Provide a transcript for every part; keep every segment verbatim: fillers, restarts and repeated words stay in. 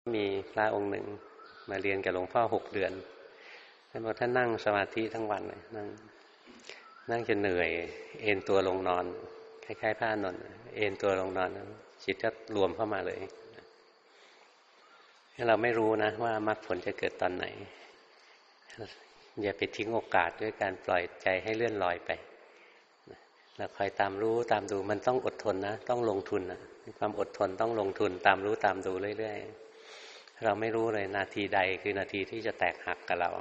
มีพระองค์หนึ่งมาเรียนกับหลวงพ่อหกเดือนท่านบอกท่านนั่งสมาธิทั้งวันเลยนั่งนั่งจนเหนื่อยเอนตัวลงนอนคล้ายๆพระอานนท์เอนตัวลงนอนจิตก็รวมเข้ามาเลยเราไม่รู้นะว่ามรรคผลจะเกิดตอนไหนอย่าไปทิ้งโอกาสด้วยการปล่อยใจให้เลื่อนลอยไปเราคอยตามรู้ตามดูมันต้องอดทนนะต้องลงทุนนะความอดทนต้องลงทุนตามรู้ตามดูเรื่อยๆเราไม่รู้เลยนาทีใดคือนาทีที่จะแตกหักกับเรา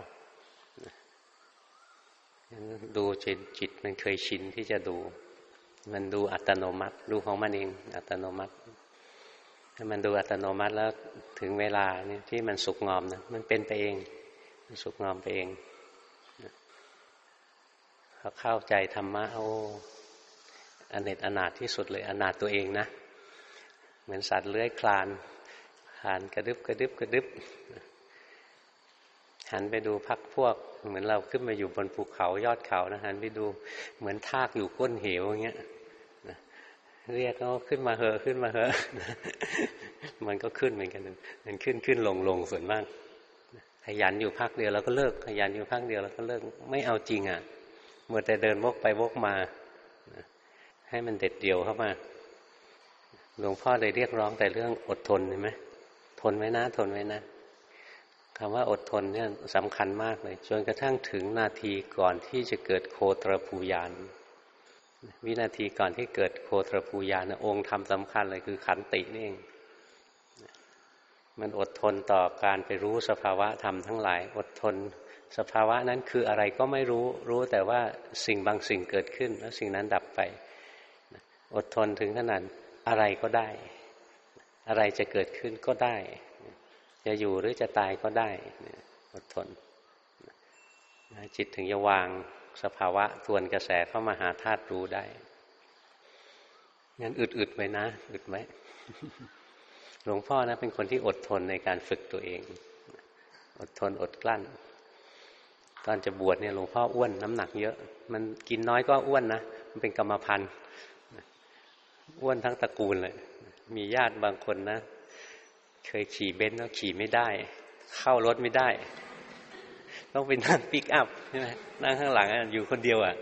ดูจิตจิตมันเคยชินที่จะดูมันดูอัตโนมัติดูของมันเองอัตโนมัติถ้ามันดูอัตโนมัติแล้วถึงเวลาเนี่ยที่มันสุกงอมนะมันเป็นไปเองมันสุกงอมไปเองเขาเข้าใจธรรมะโอ้อเนกอนาถที่สุดเลยอนาถตัวเองนะเหมือนสัตว์เลื้อยคลานคลานกระดึบกระดึบกระดึบหันไปดูพักพวกเหมือนเราขึ้นมาอยู่บนภูเขายอดเขานะหันไปดูเหมือนทากอยู่ก้นเหวอย่างเงี้ยเรียกเขาขึ้นมาเหอะขึ้นมาเหอะมันก็ขึ้นเหมือนกันมันขึ้นขึ้นลงลงส่วนมากขยันอยู่พักเดียวแล้วก็เลิกขยันอยู่พักเดียวแล้วก็เลิกไม่เอาจริงอ่ะเมื่อแต่เดินวกไปวกมาให้มันเด็ดเดี่ยวเข้ามาหลวงพ่อเลยเรียกร้องแต่เรื่องอดทนเห็นไหมทนไว้นะทนไว้นะคำว่าอดทนเนี่ยสำคัญมากเลยจนกระทั่งถึงนาทีก่อนที่จะเกิดโคตรภูญาณวินาทีก่อนที่เกิดโคตรภูญาณองค์ธรรมสำคัญเลยคือขันตินี่เองมันอดทนต่อการไปรู้สภาวะธรรมทั้งหลายอดทนสภาวะนั้นคืออะไรก็ไม่รู้รู้แต่ว่าสิ่งบางสิ่งเกิดขึ้นแล้วสิ่งนั้นดับไปอดทนถึงขนาดอะไรก็ได้อะไรจะเกิดขึ้นก็ได้จะอยู่หรือจะตายก็ได้อดทนจิตถึงจะวางสภาวะทวนกระแสเข้ามาหาธาตุรู้ได้งั้นอึดๆไว้นะอึดไว้หลวงพ่อนะเป็นคนที่อดทนในการฝึกตัวเองอดทนอดกลั้นตอนจะบวชเนี่ยหลวงพ่ออ้วนน้ำหนักเยอะมันกินน้อยก็อ้วนนะมันเป็นกรรมพันธุ์อ้วนทั้งตระกูลเลยมีญาติบางคนนะเคยขี่เบนซ์แล้วขี่ไม่ได้เข้ารถไม่ได้ต้องไปนั่งปิกอัพใช่ไหมนั่งข้างหลังอยู่คนเดียวอ่ะ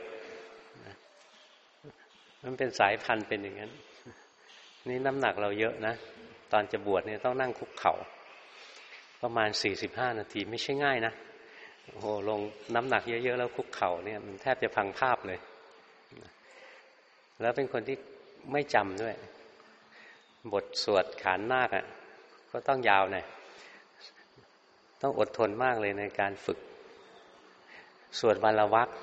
มันเป็นสายพันธุ์เป็นอย่างนั้นนี่น้ำหนักเราเยอะนะตอนจะบวชเนี่ยต้องนั่งคุกเข่าประมาณสี่สิบห้านาทีไม่ใช่ง่ายนะโอ้โหลงน้ำหนักเยอะๆแล้วคุกเข่าเนี่ยมันแทบจะพังภาพเลยแล้วเป็นคนที่ไม่จำด้วยบทสวดขานนาคอ่ะก็ต้องยาวหน่อยต้องอดทนมากเลยในการฝึกสวดวันละวรรค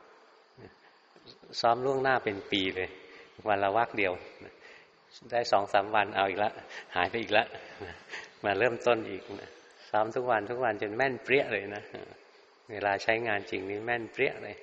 ซ้อมล่วงหน้าเป็นปีเลยวันละวรรคเดียวได้สองสามวันเอาอีกละหายไปอีกละมาเริ่มต้นอีกซ้อมทุกวันทุกวันจนแม่นเปรี้ยเลยนะเวลาใช้งานจริงนี่แม่นเปรี้ยเลย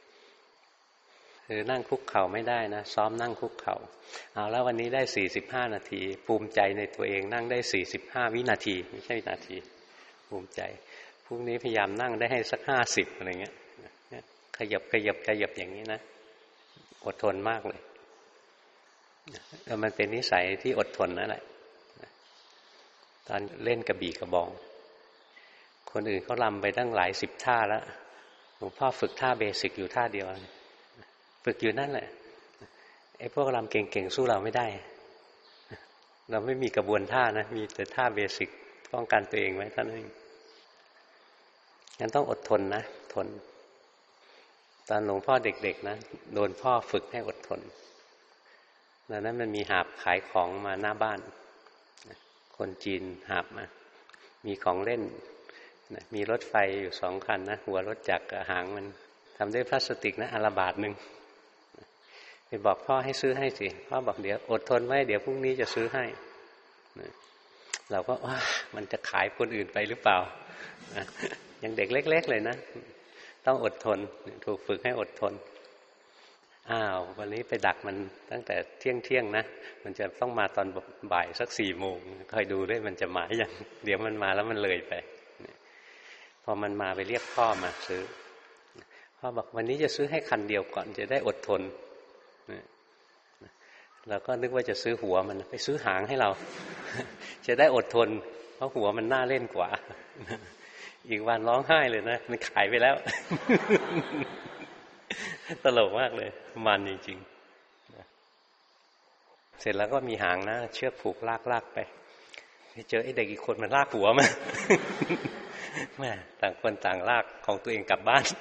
คือนั่งคุกเข่าไม่ได้นะซ้อมนั่งคุกเข่าเอาแล้ววันนี้ได้สี่สิบห้านาทีภูมิใจในตัวเองนั่งได้สี่สิบห้าวินาทีไม่ใช่วินาทีภูมิใจพรุ่งนี้พยายามนั่งได้ให้สักห้าสิบอะไรเงี้ยขยับขยับขยับอย่างนี้นะอดทนมากเลยแล้วมันเป็นนิสัยที่อดทนนั่นแหละตอนเล่นกระบี่กระบองคนอื่นเขาลำไปตั้งหลายสิบท่าแล้วหลวงพ่อฝึกท่าเบสิกอยู่ท่าเดียวฝึกอยู่นั่นแหละไอ้พวกลำเก่งๆสู้เราไม่ได้เราไม่มีกระบวนท่านะมีแต่ท่าเบสิกป้องกันตัวเองไว้เท่านั้นเองงั้นต้องอดทนนะทนตอนหลวงพ่อเด็กๆนะโดนพ่อฝึกให้อดทนดังนั้นมันมีหาบขายของมาหน้าบ้านคนจีนหาบมามีของเล่นมีรถไฟอยู่สองคันนะหัวรถจักรหางมันทำด้วยพลาสติกนะอันละบาทหนึ่งไปบอกพ่อให้ซื้อให้สิพ่อบอกเดี๋ยวอดทนไว้เดี๋ยวพรุ่งนี้จะซื้อให้เราก็ว่ามันจะขายคนอื่นไปหรือเปล่ายังเด็กเล็กๆเลยนะต้องอดทนถูกฝึกให้อดทนอ้าววันนี้ไปดักมันตั้งแต่เที่ยงเที่ยงนะมันจะต้องมาตอนบ่ายสักสี่โมงคอยดูด้วยมันจะมาอย่างเดี๋ยวมันมาแล้วมันเลยไปพอมันมาไปเรียกพ่อมาซื้อพ่อบอกวันนี้จะซื้อให้คันเดียวก่อนจะได้อดทนเราก็นึกว่าจะซื้อหัวมันไปซื้อหางให้เราจะได้อดทนราะหัวมันน่าเล่นกว่าอีกวันร้องไห้เลยนะมันขายไปแล้วตลกมากเลยมันจริงๆเสร็จแล้วก็มีหางนะเชือกผูกลากลากไปเจอไอ้เด็กอีกคนมันลากหัวมาแม่ต่างคนต่างลากของตัวเองกลับบ้าน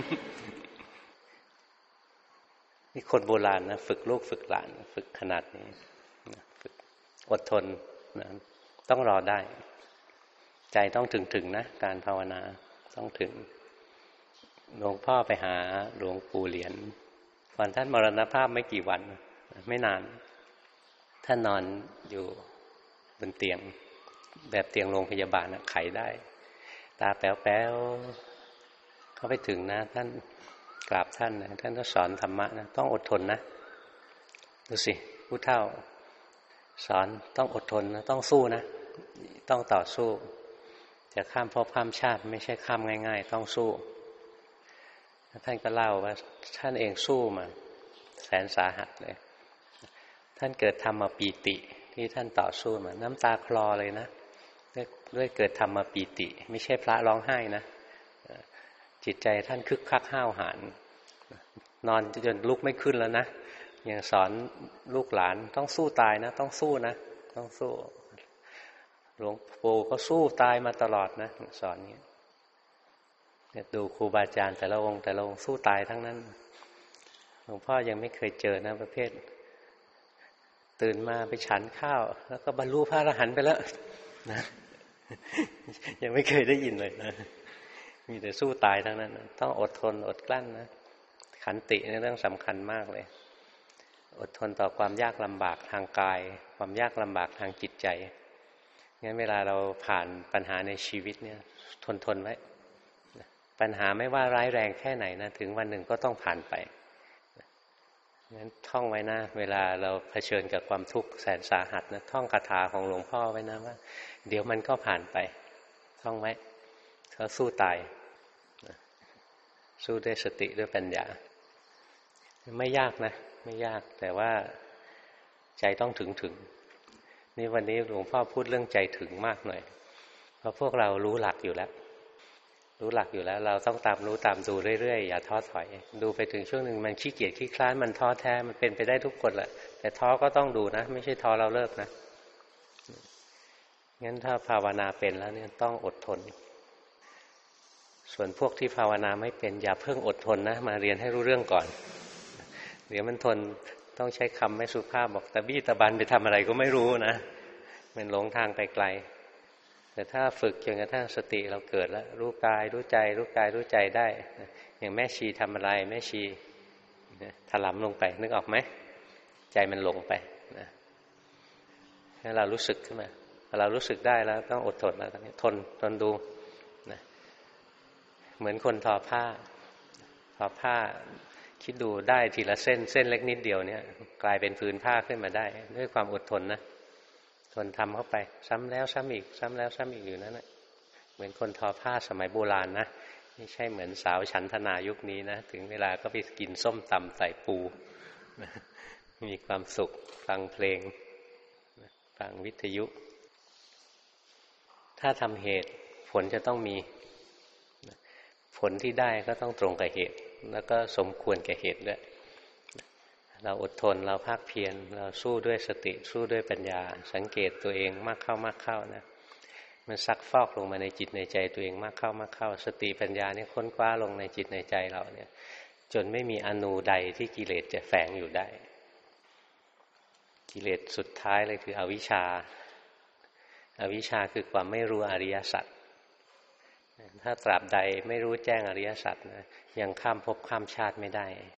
นี่คนโบราณนะฝึกลูกฝึกหลานฝึกขนาดนี้ฝึกอดทนนะต้องรอได้ใจต้องถึงถึงนะการภาวนาต้องถึงหลวงพ่อไปหาหลวงปู่เหรียญวันท่านมรณภาพไม่กี่วันไม่นานท่านนอนอยู่บนเตียงแบบเตียงโรงพยาบาลนะไขได้ตาแป๋วๆเข้าไปถึงนะท่านกราบท่านนะท่านก็สอนธรรมะนะต้องอดทนนะดูสิผู้เฒ่าสอนต้องอดทนนะต้องสู้นะต้องต่อสู้จะข้ามภพข้ามชาติไม่ใช่ข้ามง่ายๆต้องสู้ท่านก็เล่าว่าท่านเองสู้มาแสนสาหัสเลยท่านเกิดธรรมปีติที่ท่านต่อสู้มาน้ำตาคลอเลยนะด้วยเกิดธรรมปีติไม่ใช่พระร้องไห้นะจิตใจท่านคึกคักห้าวหาญนอนจนลุกไม่ขึ้นแล้วนะยังสอนลูกหลานต้องสู้ตายนะต้องสู้นะต้องสู้หลวงปู่ก็สู้ตายมาตลอดนะสอนนี้ดูครูบาอาจารย์แต่ละองค์แต่ละองค์สู้ตายทั้งนั้นหลวงพ่อยังไม่เคยเจอนะประเภทตื่นมาไปฉันข้าวแล้วก็บรรลุพระอรหันต์ไปแล้วนะยังไม่เคยได้ยินเลยนะมีแต่สู้ตายทั้งนั้นต้องอดทนอดกลั้นนะขันติในเรื่องสำคัญมากเลยอดทนต่อความยากลำบากทางกายความยากลำบากทางจิตใจงั้นเวลาเราผ่านปัญหาในชีวิตเนี่ยทนทนไว้ปัญหาไม่ว่าร้ายแรงแค่ไหนนะถึงวันหนึ่งก็ต้องผ่านไปงั้นท่องไว้นะเวลาเราเผชิญกับความทุกข์แสนสาหัสนะท่องคาถาของหลวงพ่อไว้นะว่าเดี๋ยวมันก็ผ่านไปท่องไว้เขาสู้ตายสู้ด้วยสติด้วยปัญญาไม่ยากนะไม่ยากแต่ว่าใจต้องถึงถึงนี่วันนี้หลวงพ่อพูดเรื่องใจถึงมากหน่อยเพราะพวกเรารู้หลักอยู่แล้วรู้หลักอยู่แล้วเราต้องตามรู้ตามดูเรื่อยๆอย่าท้อถอยดูไปถึงช่วงหนึ่งมันขี้เกียจขี้คลานมันท้อแท้มันเป็นไปได้ทุกคนแหละแต่ท้อก็ต้องดูนะไม่ใช่ท้อเราเลิกนะงั้นถ้าภาวนาเป็นแล้วเนี่ยต้องอดทนส่วนพวกที่ภาวนาไม่เป็นอย่าเพิ่งอดทนนะมาเรียนให้รู้เรื่องก่อนเดี๋ยวมันทนต้องใช้คำไม่สุภาพบอกตะบี้ตะบันไปทำอะไรก็ไม่รู้นะมันหลงทางไปไกลแต่ถ้าฝึกจนกระทั่งสติเราเกิดแล้วรู้กายรู้ใจรู้กายรู้ใจได้อย่างแม่ชีทำอะไรแม่ชีถลำลงไปนึกออกไหมใจมันลงไปนะให้เรารู้สึกขึ้นมาพอเรารู้สึกได้แล้วต้องอดทนแล้วทนทนดูนะเหมือนคนทอผ้าทอผ้าคิดดูได้ทีละเส้นเส้นเล็กนิดเดียวเนี่ยกลายเป็นผืนผ้าขึ้นมาได้ด้วยความอดทนนะทนทำเข้าไปซ้ำแล้วซ้ำอีกซ้ำแล้วซ้ำอีกอยู่นั่นแหละเหมือนคนทอผ้าสมัยโบราณนะไม่ใช่เหมือนสาวฉันทนายุคนี้นะถึงเวลาก็ไปกินส้มตำใส่ปูมีความสุขฟังเพลงฟังวิทยุถ้าทำเหตุผลจะต้องมีผลที่ได้ก็ต้องตรงกับเหตุแล้วก็สมควรแก่เหตุด้วยเราอดทนเราภาคเพียรเราสู้ด้วยสติสู้ด้วยปัญญาสังเกตตัวเองมากเข้ามากเข้านะมันซักฟอกลงมาในจิตในใจตัวเองมากเข้ามากเข้าสติปัญญานี่ค้นคว้าลงในจิตในใจเราเนี่ยจนไม่มีอนูใดที่กิเลสจะแฝงอยู่ได้กิเลสสุดท้ายเลยคืออวิชชาอวิชชาคือความไม่รู้อริยสัจถ้าตราบใดไม่รู้แจ้งอริยสัจนะยังข้ามภพข้ามชาติไม่ได้